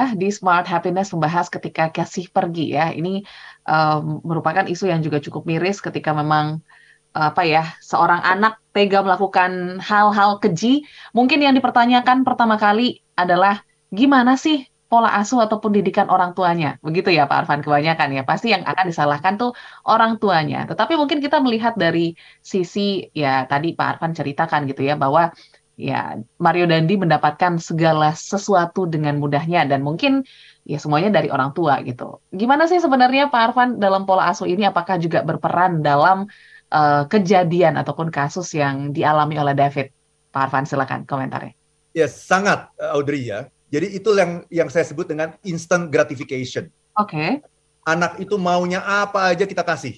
ya di Smart Happiness membahas ketika kasih pergi ya. Ini merupakan isu yang juga cukup miris ketika memang apa ya, seorang anak tega melakukan hal-hal keji. Mungkin yang dipertanyakan pertama kali adalah gimana sih pola asuh ataupun didikan orang tuanya. Begitu ya Pak Arfan, kebanyakan ya. Pasti yang akan disalahkan tuh orang tuanya. Tetapi mungkin kita melihat dari sisi ya tadi Pak Arfan ceritakan gitu ya bahwa ya Mario Dandi mendapatkan segala sesuatu dengan mudahnya dan mungkin ya semuanya dari orang tua gitu. Gimana sih sebenarnya Pak Arfan dalam pola asuh ini apakah juga berperan dalam kejadian ataupun kasus yang dialami oleh David? Pak Arfan silakan komentarnya. Ya sangat Audrey ya. Jadi itu yang saya sebut dengan instant gratification. Oke. Anak itu maunya apa aja kita kasih.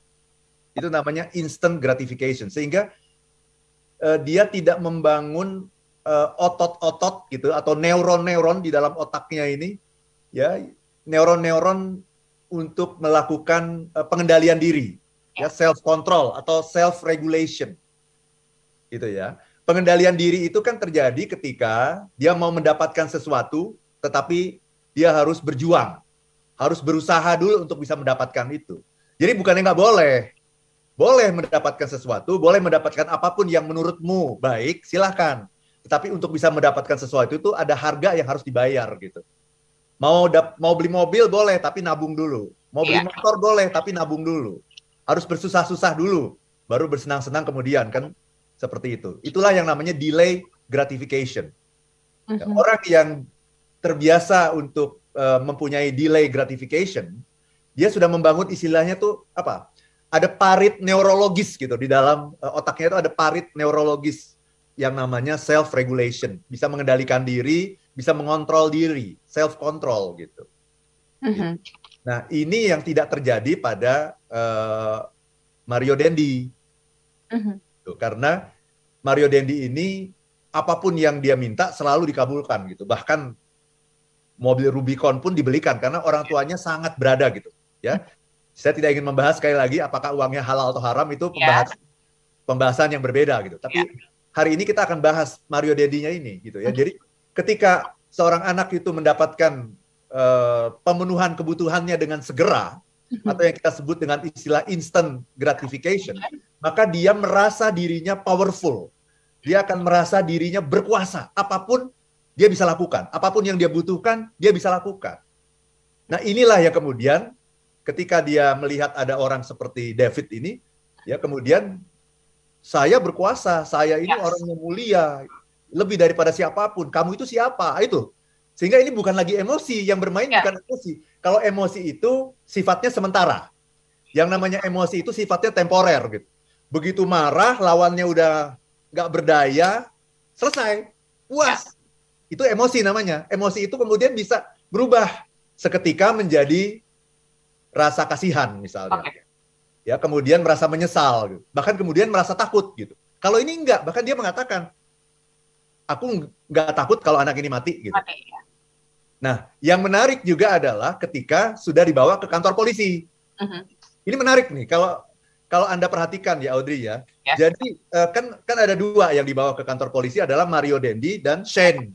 Itu namanya instant gratification. Sehingga dia tidak membangun otot-otot gitu atau neuron-neuron di dalam otaknya ini, ya neuron-neuron untuk melakukan pengendalian diri, ya self control atau self regulation, gitu ya. Pengendalian diri itu kan terjadi ketika dia mau mendapatkan sesuatu, tetapi dia harus berjuang, harus berusaha dulu untuk bisa mendapatkan itu. Jadi bukannya nggak boleh. Boleh mendapatkan sesuatu, boleh mendapatkan apapun yang menurutmu baik, silahkan. Tetapi untuk bisa mendapatkan sesuatu itu ada harga yang harus dibayar gitu. Mau beli mobil boleh, tapi nabung dulu. Mau beli motor boleh, tapi nabung dulu. Harus bersusah-susah dulu, baru bersenang-senang kemudian kan seperti itu. Itulah yang namanya delay gratification. Orang yang terbiasa untuk mempunyai delay gratification, dia sudah membangun istilahnya tuh apa? Ada parit neurologis gitu di dalam otaknya, itu ada parit neurologis yang namanya self regulation, bisa mengendalikan diri, bisa mengontrol diri, self control gitu. Nah ini yang tidak terjadi pada Mario Dandi, karena Mario Dandi ini apapun yang dia minta selalu dikabulkan gitu, bahkan mobil Rubicon pun dibelikan karena orang tuanya sangat berada gitu ya. Saya tidak ingin membahas sekali lagi apakah uangnya halal atau haram, itu pembahasan yang berbeda gitu. Tapi hari ini kita akan bahas Mario Dandi-nya ini gitu ya. Jadi ketika seorang anak itu mendapatkan pemenuhan kebutuhannya dengan segera, atau yang kita sebut dengan istilah instant gratification, maka dia merasa dirinya powerful. Dia akan merasa dirinya berkuasa. Apapun dia bisa lakukan. Apapun yang dia butuhkan, dia bisa lakukan. Nah inilah yang kemudian ketika dia melihat ada orang seperti David ini, ya kemudian saya berkuasa, saya ini orang yang mulia, lebih daripada siapapun. Kamu itu siapa? Itu. Sehingga ini bukan lagi emosi, yang bermain bukan emosi. Kalau emosi itu sifatnya sementara. Yang namanya emosi itu sifatnya temporer gitu. Begitu marah, lawannya udah nggak berdaya, selesai, puas. Itu emosi namanya. Emosi itu kemudian bisa berubah seketika menjadi rasa kasihan misalnya, ya kemudian merasa menyesal, gitu. Bahkan kemudian merasa takut gitu. Kalau ini enggak, bahkan dia mengatakan, aku enggak takut kalau anak ini mati gitu. Nah, yang menarik juga adalah ketika sudah dibawa ke kantor polisi. Ini menarik nih, kalau Anda perhatikan ya Audrey ya. Jadi kan ada dua yang dibawa ke kantor polisi adalah Mario Dandi dan Shane.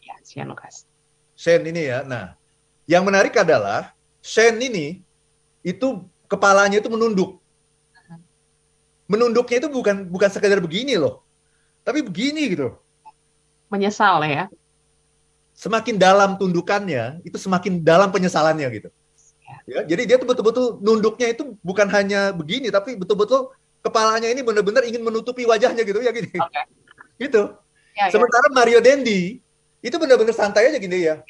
Shane ini ya. Nah, yang menarik adalah Shane ini itu kepalanya itu menunduk. Menunduknya itu bukan sekedar begini loh. Tapi begini gitu. Menyesal ya. Semakin dalam tundukannya, itu semakin dalam penyesalannya gitu. Ya, jadi dia tuh betul-betul nunduknya itu bukan hanya begini, tapi betul-betul kepalanya ini benar-benar ingin menutupi wajahnya gitu ya gini. Gitu. Sementara Mario Dandi itu benar-benar santai aja gini ya.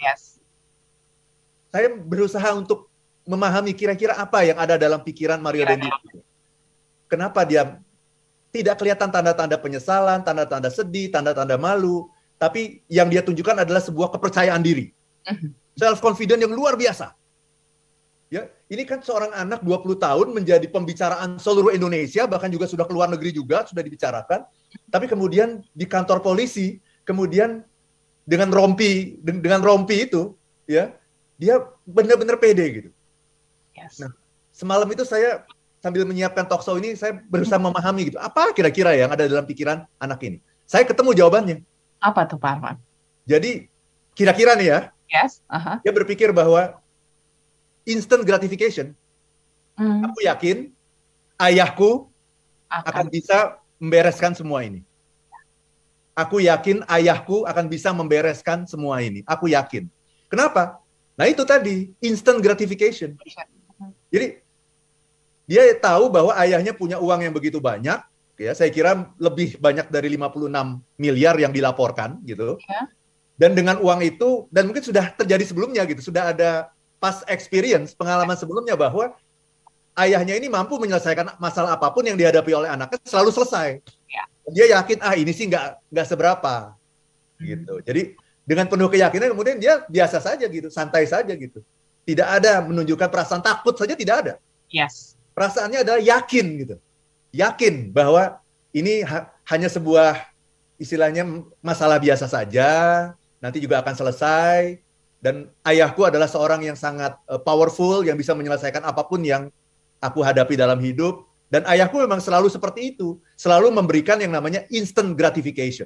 Saya berusaha untuk memahami kira-kira apa yang ada dalam pikiran Mario Dandi. Kenapa dia tidak kelihatan tanda-tanda penyesalan, tanda-tanda sedih, tanda-tanda malu, tapi yang dia tunjukkan adalah sebuah kepercayaan diri. Self-confident yang luar biasa. Ya, ini kan seorang anak 20 tahun menjadi pembicaraan seluruh Indonesia, bahkan juga sudah keluar negeri juga, sudah dibicarakan. Tapi kemudian di kantor polisi, kemudian dengan rompi itu, ya, dia benar-benar pede gitu. Nah, semalam itu saya sambil menyiapkan talkshow ini, saya berusaha memahami gitu, apa kira-kira yang ada dalam pikiran anak ini. Saya ketemu jawabannya. Apa tuh Pak Arfan? Jadi kira-kira nih ya, Yes. Dia berpikir bahwa instant gratification, Hmm. aku yakin ayahku akan Akan. bisa membereskan semua ini. Aku yakin ayahku akan bisa membereskan semua ini. Aku yakin. Kenapa? Nah itu tadi, instant gratification. Jadi dia tahu bahwa ayahnya punya uang yang begitu banyak, ya saya kira lebih banyak dari 56 miliar yang dilaporkan gitu. Ya. Dan dengan uang itu, dan mungkin sudah terjadi sebelumnya gitu, sudah ada past experience, pengalaman sebelumnya bahwa ayahnya ini mampu menyelesaikan masalah apapun yang dihadapi oleh anaknya selalu selesai. Ya. Dia yakin ini sih nggak seberapa gitu. Jadi dengan penuh keyakinan kemudian dia biasa saja gitu, santai saja gitu. Tidak ada menunjukkan perasaan takut saja, tidak ada. Yes. Perasaannya adalah yakin gitu. Yakin bahwa ini hanya sebuah istilahnya masalah biasa saja, nanti juga akan selesai. Dan ayahku adalah seorang yang sangat powerful, yang bisa menyelesaikan apapun yang aku hadapi dalam hidup. Dan ayahku memang selalu seperti itu, selalu memberikan yang namanya instant gratification.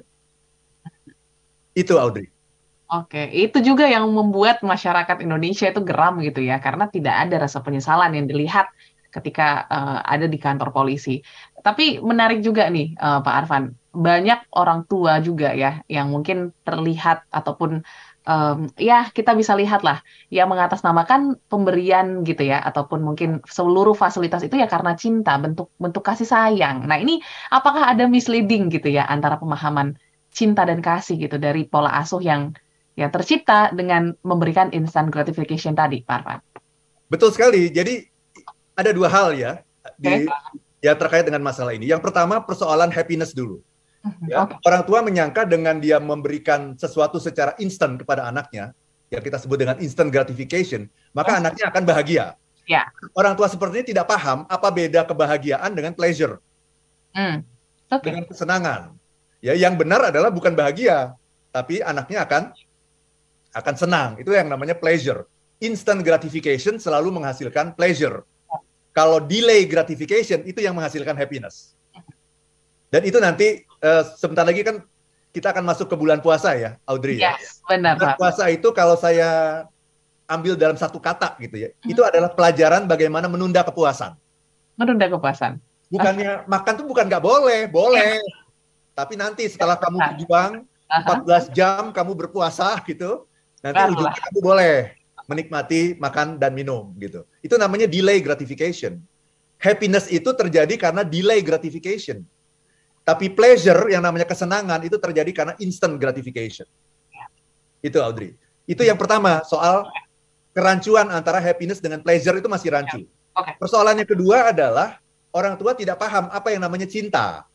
Itu, Audrey. Oke, itu juga yang membuat masyarakat Indonesia itu geram gitu ya, karena tidak ada rasa penyesalan yang dilihat ketika ada di kantor polisi. Tapi menarik juga nih, Pak Arfan, banyak orang tua juga ya yang mungkin terlihat ataupun ya kita bisa lihat lah yang mengatasnamakan pemberian gitu ya, ataupun mungkin seluruh fasilitas itu ya karena cinta, bentuk bentuk kasih sayang. Nah ini apakah ada misleading gitu ya antara pemahaman cinta dan kasih gitu dari pola asuh yang tercipta dengan memberikan instant gratification tadi, Pak Arfan? Betul sekali. Jadi ada dua hal ya Oke. ya terkait dengan masalah ini. Yang pertama persoalan happiness dulu. Ya, Oke. orang tua menyangka dengan dia memberikan sesuatu secara instan kepada anaknya, yang kita sebut dengan instant gratification, maka anaknya akan bahagia. Ya. Orang tua seperti ini tidak paham apa beda kebahagiaan dengan pleasure, Oke. dengan kesenangan. Ya, yang benar adalah bukan bahagia, tapi anaknya akan senang. Itu yang namanya pleasure. Instant gratification selalu menghasilkan pleasure. Kalau delay gratification itu yang menghasilkan happiness. Dan itu nanti sebentar lagi kan kita akan masuk ke bulan puasa ya, Audrey. Yes, benar, bulan Pak. puasa itu kalau saya ambil dalam satu kata gitu ya, itu adalah pelajaran bagaimana menunda kepuasan. Menunda kepuasan. Bukannya makan tuh bukan nggak boleh, boleh. Tapi nanti setelah kamu berjuang 14 jam kamu berpuasa gitu, nanti ujungnya kamu boleh menikmati makan dan minum gitu. Itu namanya delay gratification. Happiness itu terjadi karena delay gratification. Tapi pleasure yang namanya kesenangan itu terjadi karena instant gratification. Itu Audrey. Itu yang pertama, soal kerancuan antara happiness dengan pleasure itu masih rancu. Persoalannya kedua adalah orang tua tidak paham apa yang namanya cinta.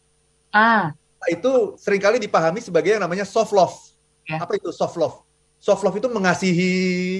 Itu seringkali dipahami sebagai yang namanya soft love. Apa itu soft love? Soft love itu mengasihi,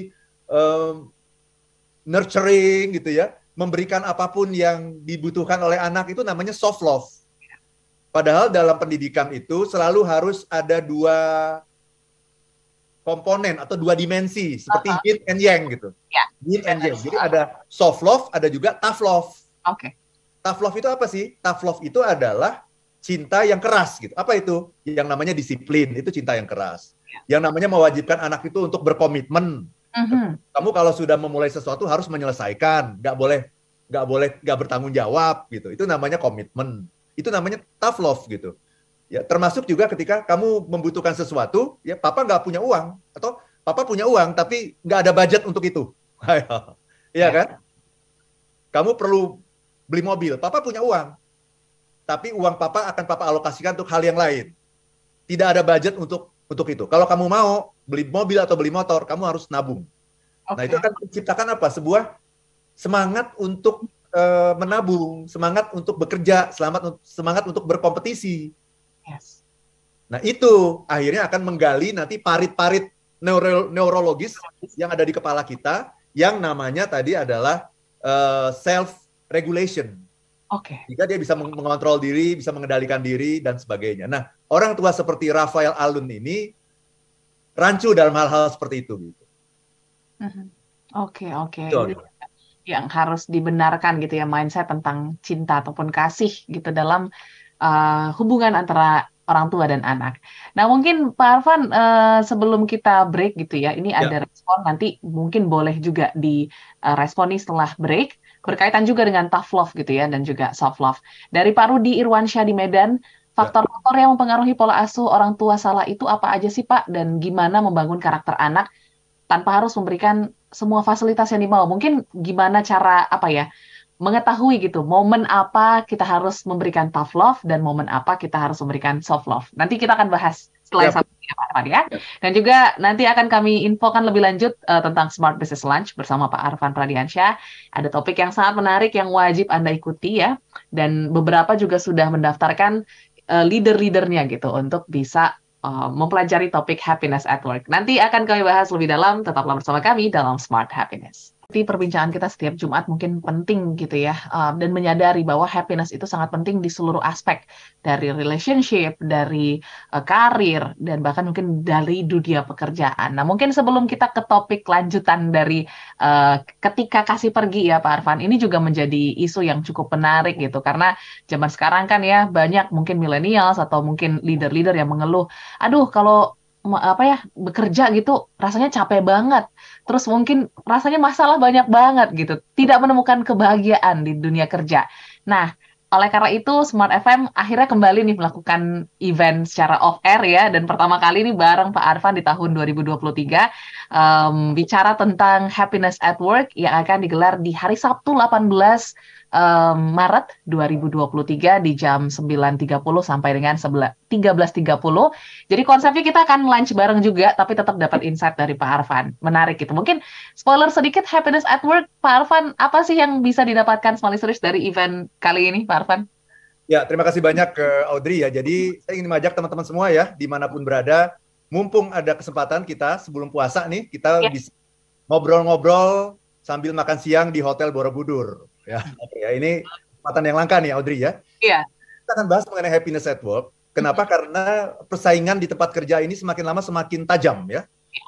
nurturing gitu ya, memberikan apapun yang dibutuhkan oleh anak, itu namanya soft love. Padahal dalam pendidikan itu selalu harus ada dua komponen atau dua dimensi, seperti yin and yang gitu. Yin and yang. Jadi ada soft love, ada juga tough love. Tough love itu apa sih? Tough love itu adalah cinta yang keras gitu. Apa itu? Yang namanya disiplin, itu cinta yang keras. Yang namanya mewajibkan anak itu untuk berkomitmen. Kamu kalau sudah memulai sesuatu harus menyelesaikan, nggak bertanggung jawab gitu. Itu namanya komitmen. Itu namanya tough love gitu. Ya, termasuk juga ketika kamu membutuhkan sesuatu, ya papa nggak punya uang atau papa punya uang tapi nggak ada budget untuk itu. Iya kan? Kamu perlu beli mobil, papa punya uang. Tapi uang papa akan papa alokasikan untuk hal yang lain. Tidak ada budget untuk itu. Kalau kamu mau beli mobil atau beli motor, kamu harus nabung. Nah, itu akan menciptakan apa? Sebuah semangat untuk menabung, semangat untuk bekerja, semangat untuk berkompetisi. Nah, itu akhirnya akan menggali nanti parit-parit neurologis yang ada di kepala kita, yang namanya tadi adalah self-regulation. Jika dia bisa mengontrol diri, bisa mengendalikan diri, dan sebagainya. Nah, orang tua seperti Raphael Alun ini rancu dalam hal-hal seperti itu. Oke. Yang harus dibenarkan gitu ya, mindset tentang cinta ataupun kasih gitu dalam hubungan antara orang tua dan anak. Nah, mungkin Pak Arfan, sebelum kita break gitu ya, ini Ya, ada respon nanti mungkin boleh juga diresponi setelah break, berkaitan juga dengan tough love gitu ya, dan juga soft love. Dari Pak Rudi Irwansyah di Medan, ya. faktor-faktor yang mempengaruhi pola asuh orang tua salah itu apa aja sih Pak, dan gimana membangun karakter anak tanpa harus memberikan semua fasilitas yang dimau. Mungkin gimana cara apa ya mengetahui gitu momen apa kita harus memberikan tough love dan momen apa kita harus memberikan soft love. Nanti kita akan bahas setelah yang Ya, satu ini ya Pak Arfan ya. ya. Dan juga nanti akan kami infokan lebih lanjut tentang Smart Business Lunch bersama Pak Arfan Pradiansyah. Ada topik yang sangat menarik yang wajib Anda ikuti ya. Dan beberapa juga sudah mendaftarkan leader-leadernya gitu untuk bisa mempelajari topik happiness at work. Nanti akan kami bahas lebih dalam, tetaplah bersama kami dalam Smart Happiness. Seperti perbincangan kita setiap Jumat mungkin penting gitu ya, dan menyadari bahwa happiness itu sangat penting di seluruh aspek, dari relationship, dari karir, dan bahkan mungkin dari dunia pekerjaan. Nah mungkin sebelum kita ke topik lanjutan dari ketika kasih pergi ya Pak Arfan, ini juga menjadi isu yang cukup menarik gitu, karena zaman sekarang kan ya banyak mungkin millennials atau mungkin leader-leader yang mengeluh, aduh kalau apa ya bekerja gitu rasanya capek banget, terus mungkin rasanya masalah banyak banget gitu, tidak menemukan kebahagiaan di dunia kerja. Nah, oleh karena itu Smart FM akhirnya kembali nih melakukan event secara off air ya, dan pertama kali ini bareng Pak Arfan di tahun 2023, bicara tentang happiness at work yang akan digelar di hari Sabtu 18 Maret 2023 di jam 9.30 sampai dengan 13.30. Jadi konsepnya kita akan lunch bareng juga, tapi tetap dapat insight dari Pak Arfan. Menarik gitu. Mungkin spoiler sedikit, happiness at work, Pak Arfan, apa sih yang bisa didapatkan small listeners dari event kali ini, Pak Arfan? Ya, terima kasih banyak ke Audrey ya. Jadi saya ingin mengajak teman-teman semua ya, dimanapun berada, mumpung ada kesempatan kita sebelum puasa nih, kita Ya. bisa ngobrol-ngobrol sambil makan siang di Hotel Borobudur. Ya, oke ya, ini kesempatan yang langka nih Audrey ya. Iya. Kita akan bahas mengenai happiness at work. Kenapa? Karena persaingan di tempat kerja ini semakin lama semakin tajam ya.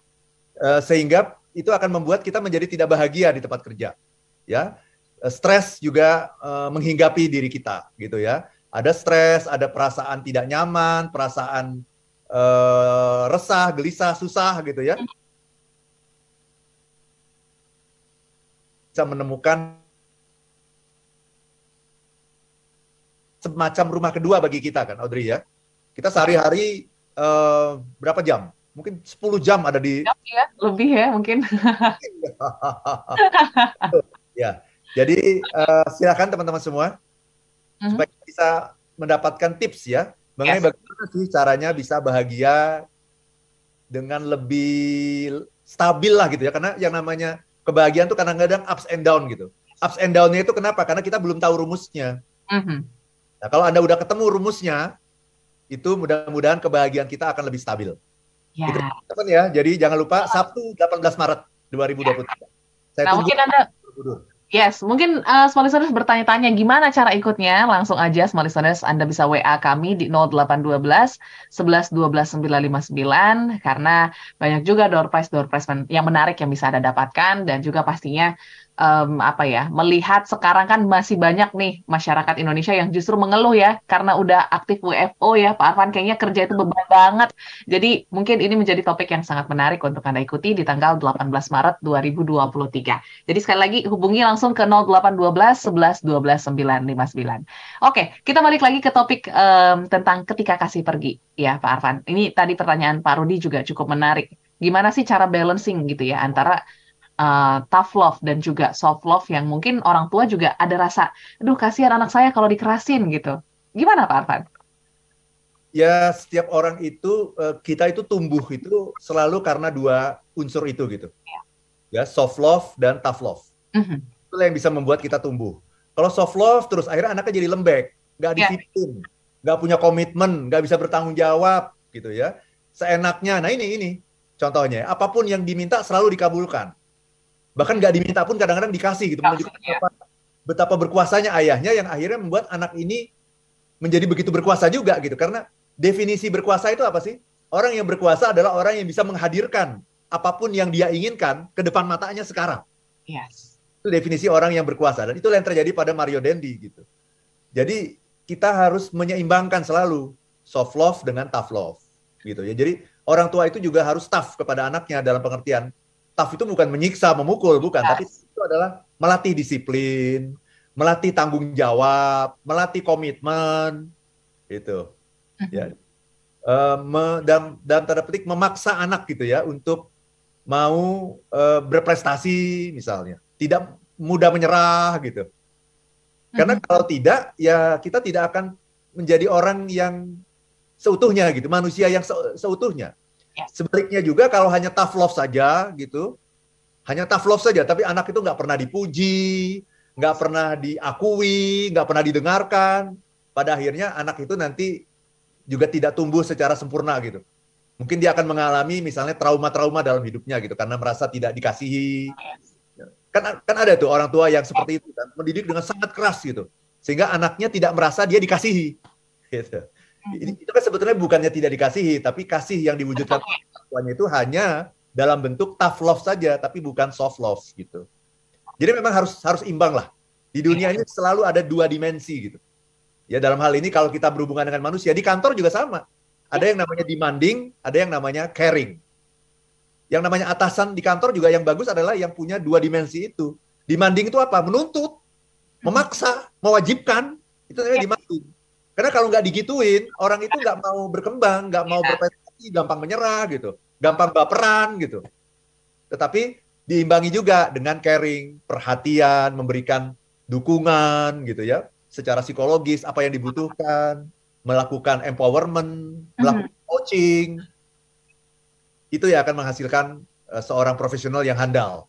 Sehingga itu akan membuat kita menjadi tidak bahagia di tempat kerja. Ya, stres juga menghinggapi diri kita gitu ya. Ada stres, ada perasaan tidak nyaman, perasaan resah, gelisah, susah gitu ya. Bisa menemukan semacam rumah kedua bagi kita kan Audrey ya. Kita sehari-hari berapa jam? Mungkin 10 jam ada di Ya, lebih ya mungkin. ya. Jadi silakan teman-teman semua supaya kita bisa mendapatkan tips ya mengenai bagaimana sih caranya bisa bahagia dengan lebih stabil lah gitu ya. Karena yang namanya kebahagiaan tuh kadang-kadang ups and down gitu. Ups and down-nya itu kenapa? Karena kita belum tahu rumusnya. Nah, kalau Anda udah ketemu rumusnya, itu mudah-mudahan kebahagiaan kita akan lebih stabil. Ya. Itu teman ya. Jadi jangan lupa Sabtu 18 Maret 2023. Saya tunggu. Mungkin Anda mungkin small listeners bertanya-tanya gimana cara ikutnya, langsung aja small listeners Anda bisa WA kami di 0812 11 12 959, karena banyak juga door prize yang menarik yang bisa Anda dapatkan, dan juga pastinya melihat sekarang kan masih banyak nih masyarakat Indonesia yang justru mengeluh ya karena udah aktif WFO ya Pak Arfan, kayaknya kerja itu beban banget. Jadi mungkin ini menjadi topik yang sangat menarik untuk Anda ikuti di tanggal 18 Maret 2023. Jadi sekali lagi hubungi langsung ke 0812 11 12 959. Oke, kita balik lagi ke topik tentang ketika kasih pergi ya Pak Arfan. Ini tadi pertanyaan Pak Rudi juga cukup menarik. Gimana sih cara balancing gitu ya antara tough love dan juga soft love yang mungkin orang tua juga ada rasa, aduh kasihan anak saya kalau dikerasin gitu. Gimana Pak Arfan? Ya, setiap orang itu, kita itu tumbuh itu selalu karena dua unsur itu gitu. Ya, soft love dan tough love. Itulah yang bisa membuat kita tumbuh. Kalau soft love terus akhirnya anaknya jadi lembek, nggak disiplin, nggak punya komitmen, nggak bisa bertanggung jawab gitu ya. Seenaknya. Nah ini contohnya, apapun yang diminta selalu dikabulkan. Bahkan nggak diminta pun kadang-kadang dikasih gitu, menunjukkan betapa berkuasanya ayahnya, yang akhirnya membuat anak ini menjadi begitu berkuasa juga gitu. Karena definisi berkuasa itu apa sih? Orang yang berkuasa adalah orang yang bisa menghadirkan apapun yang dia inginkan ke depan matanya sekarang. Yes. Itu definisi orang yang berkuasa, dan itu yang terjadi pada Mario Dendi gitu. Jadi kita harus menyeimbangkan selalu soft love dengan tough love gitu ya. Jadi orang tua itu juga harus tough kepada anaknya dalam pengertian tough itu bukan menyiksa, memukul, bukan, tapi itu adalah melatih disiplin, melatih tanggung jawab, melatih komitmen gitu. Ya. Dalam tanda petik memaksa anak gitu ya untuk mau berprestasi misalnya, tidak mudah menyerah gitu. Karena kalau tidak, ya kita tidak akan menjadi orang yang seutuhnya gitu, manusia yang seutuhnya. Sebaliknya juga kalau hanya tough love saja gitu, hanya tough love saja, tapi anak itu nggak pernah dipuji, nggak pernah diakui, nggak pernah didengarkan, pada akhirnya anak itu nanti juga tidak tumbuh secara sempurna gitu. Mungkin dia akan mengalami misalnya trauma-trauma dalam hidupnya gitu, karena merasa tidak dikasihi. Kan ada tuh orang tua yang seperti itu kan, mendidik dengan sangat keras gitu, sehingga anaknya tidak merasa dia dikasihi. Gitu. Itu kan sebetulnya bukannya tidak dikasihi, tapi kasih yang diwujudkan orang tuanya itu hanya dalam bentuk tough love saja, tapi bukan soft love gitu. Jadi memang harus imbang lah. Di dunia ini selalu ada dua dimensi gitu. Ya dalam hal ini kalau kita berhubungan dengan manusia, di kantor juga sama. Ada yang namanya demanding, ada yang namanya caring. Yang namanya atasan di kantor juga yang bagus adalah yang punya dua dimensi itu. Demanding itu apa? Menuntut, memaksa, mewajibkan. Itu namanya demanding. Karena kalau nggak digituin, orang itu nggak mau berkembang, nggak mau berprestasi, gampang menyerah gitu, gampang baperan gitu. Tetapi diimbangi juga dengan caring, perhatian, memberikan dukungan gitu ya, secara psikologis apa yang dibutuhkan, melakukan empowerment, melakukan coaching, itu yang akan menghasilkan seorang profesional yang handal.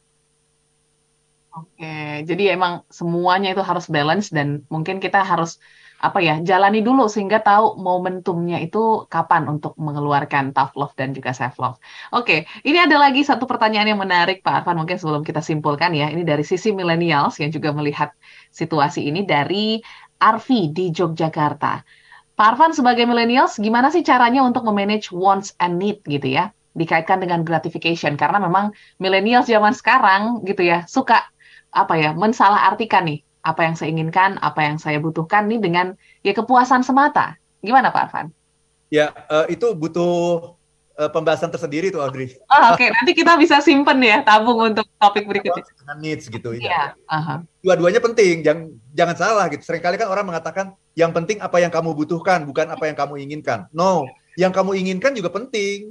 Oke, jadi emang semuanya itu harus balance dan mungkin kita harus jalani dulu sehingga tahu momentumnya itu kapan untuk mengeluarkan tough love dan juga self love. Oke, ini ada lagi satu pertanyaan yang menarik Pak Arfan, mungkin sebelum kita simpulkan ya, ini dari sisi millennials yang juga melihat situasi ini dari Arfi di Yogyakarta. Pak Arfan sebagai millennials, gimana sih caranya untuk memanage wants and need gitu ya, dikaitkan dengan gratification, karena memang millennials zaman sekarang gitu ya, suka mensalahartikan nih apa yang saya inginkan, apa yang saya butuhkan nih dengan kepuasan semata. Gimana Pak Arfan? Ya, itu butuh pembahasan tersendiri tuh Audrey. Oke. Nanti kita bisa simpen ya, tabung untuk topik berikutnya. Dengan needs gitu. Ya. Dua-duanya penting, jangan salah gitu. Seringkali kan orang mengatakan yang penting apa yang kamu butuhkan, bukan apa yang kamu inginkan. No, yang kamu inginkan juga penting.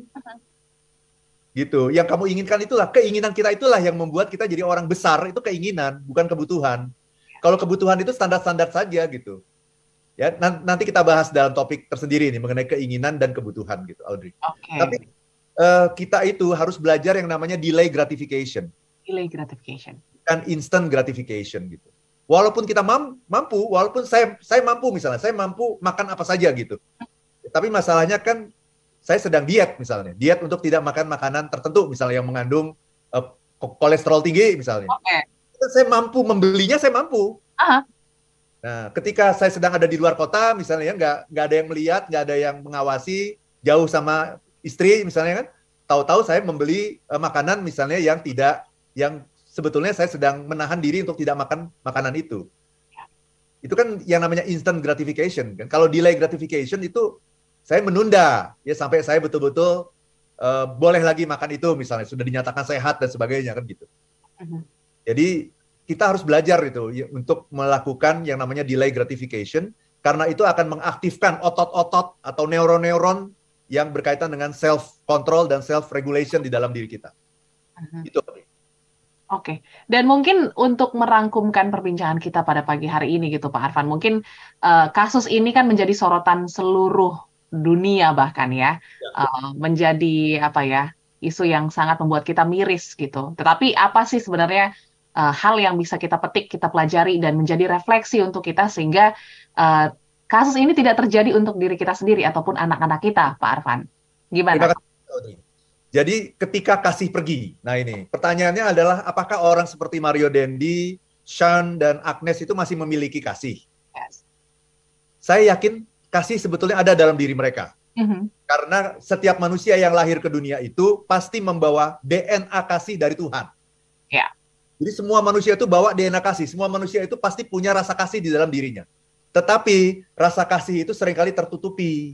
Gitu. Yang kamu inginkan itulah, keinginan kita itulah yang membuat kita jadi orang besar, itu keinginan, bukan kebutuhan. Kalau kebutuhan itu standar-standar saja gitu. Ya, nanti kita bahas dalam topik tersendiri ini mengenai keinginan dan kebutuhan gitu, Audrey. Tapi kita itu harus belajar yang namanya delay gratification. Delay gratification. Bukan instant gratification gitu. Walaupun kita mampu, walaupun saya mampu misalnya, saya mampu makan apa saja gitu. Tapi masalahnya kan saya sedang diet misalnya, diet untuk tidak makan makanan tertentu misalnya yang mengandung kolesterol tinggi misalnya. Saya mampu membelinya, saya mampu. Nah, ketika saya sedang ada di luar kota, misalnya nggak ada yang melihat, nggak ada yang mengawasi, jauh sama istri misalnya kan, tahu-tahu saya membeli makanan misalnya yang sebetulnya saya sedang menahan diri untuk tidak makan makanan itu. Itu kan yang namanya instant gratification kan. Kalau delay gratification itu saya menunda ya sampai saya betul-betul boleh lagi makan itu misalnya sudah dinyatakan sehat dan sebagainya kan gitu. Jadi kita harus belajar itu ya, untuk melakukan yang namanya delay gratification karena itu akan mengaktifkan otot-otot atau neuron-neuron yang berkaitan dengan self control dan self regulation di dalam diri kita. Itu. Oke. Dan mungkin untuk merangkumkan perbincangan kita pada pagi hari ini gitu Pak Arfan, mungkin kasus ini kan menjadi sorotan seluruh dunia bahkan ya. Menjadi isu yang sangat membuat kita miris gitu. Tetapi apa sih sebenarnya hal yang bisa kita petik, kita pelajari dan menjadi refleksi untuk kita sehingga kasus ini tidak terjadi untuk diri kita sendiri ataupun anak-anak kita, Pak Arfan. Gimana? Jadi ketika kasih pergi, nah ini pertanyaannya adalah apakah orang seperti Mario Dendi, Sean dan Agnes itu masih memiliki kasih? Yes. Saya yakin kasih sebetulnya ada dalam diri mereka. Karena setiap manusia yang lahir ke dunia itu pasti membawa DNA kasih dari Tuhan. Yeah. Jadi semua manusia itu bawa DNA kasih, semua manusia itu pasti punya rasa kasih di dalam dirinya. Tetapi rasa kasih itu seringkali tertutupi.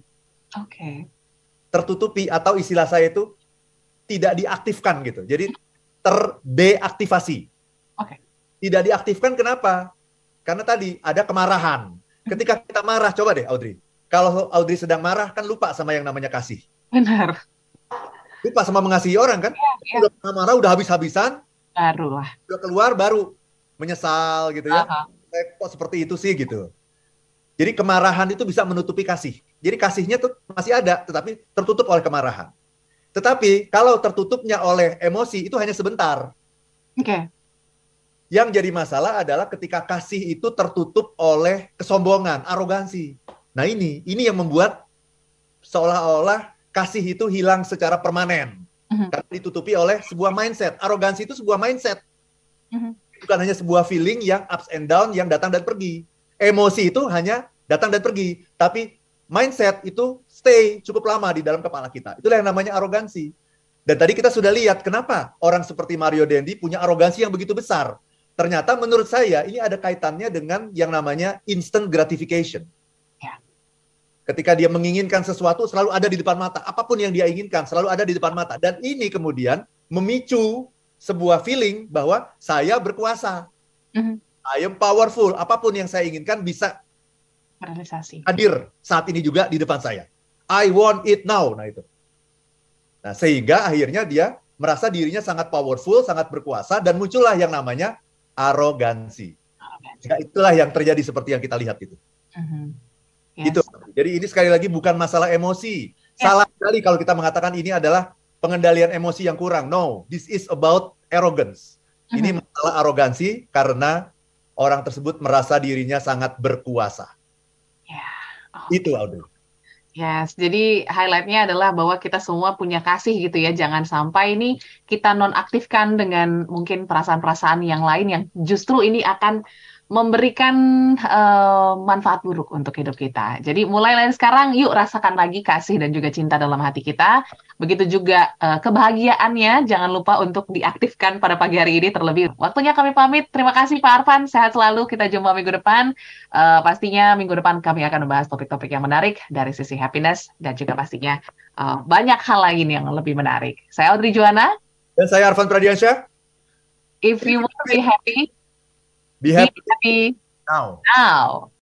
Oke. tertutupi, atau istilah saya itu tidak diaktifkan gitu. Jadi terdeaktivasi. Oke. Tidak diaktifkan kenapa? Karena tadi ada kemarahan. Ketika kita marah, coba deh Audrey. Kalau Audrey sedang marah, kan lupa sama yang namanya kasih. Benar. Lupa sama mengasihi orang kan? Ya, Udah marah, udah habis-habisan, baru lah. udah keluar baru menyesal gitu ya. Aha. Kok seperti itu sih gitu. Jadi kemarahan itu bisa menutupi kasih. Jadi kasihnya tuh masih ada, tetapi tertutup oleh kemarahan. Tetapi kalau tertutupnya oleh emosi itu hanya sebentar. Oke. Yang jadi masalah adalah ketika kasih itu tertutup oleh kesombongan, arogansi. Nah ini yang membuat seolah-olah kasih itu hilang secara permanen. Karena ditutupi oleh sebuah mindset. Arogansi itu sebuah mindset. Bukan hanya sebuah feeling yang ups and down, yang datang dan pergi. Emosi itu hanya datang dan pergi. Tapi mindset itu stay cukup lama di dalam kepala kita. Itulah yang namanya arogansi. Dan tadi kita sudah lihat kenapa orang seperti Mario Dendi punya arogansi yang begitu besar. Ternyata menurut saya ini ada kaitannya dengan yang namanya instant gratification. Ya. Ketika dia menginginkan sesuatu selalu ada di depan mata. Apapun yang dia inginkan selalu ada di depan mata. Dan ini kemudian memicu sebuah feeling bahwa saya berkuasa. I am powerful. Apapun yang saya inginkan bisa Realisasi. hadir saat ini juga di depan saya. I want it now. Nah itu. Nah sehingga akhirnya dia merasa dirinya sangat powerful, sangat berkuasa, dan muncullah yang namanya arogansi. Ya, itulah yang terjadi seperti yang kita lihat itu. Yes. Gitu. Jadi ini sekali lagi bukan masalah emosi. Yes. Salah sekali kalau kita mengatakan ini adalah pengendalian emosi yang kurang. No, this is about arrogance. Ini masalah arogansi karena orang tersebut merasa dirinya sangat berkuasa. Itu Audrey. Yes, jadi highlight-nya adalah bahwa kita semua punya kasih gitu ya. Jangan sampai ini kita nonaktifkan dengan mungkin perasaan-perasaan yang lain yang justru ini akan memberikan manfaat buruk untuk hidup kita. Jadi mulai dari sekarang, yuk rasakan lagi kasih dan juga cinta dalam hati kita. Begitu juga kebahagiaannya, jangan lupa untuk diaktifkan pada pagi hari ini terlebih. Waktunya kami pamit. Terima kasih Pak Arfan, sehat selalu. Kita jumpa minggu depan. Pastinya minggu depan kami akan membahas topik-topik yang menarik dari sisi happiness dan juga pastinya banyak hal lain yang lebih menarik. Saya Audrey Juwana. Dan saya Arfan Pradiansyah. If you want to be happy, be happy now.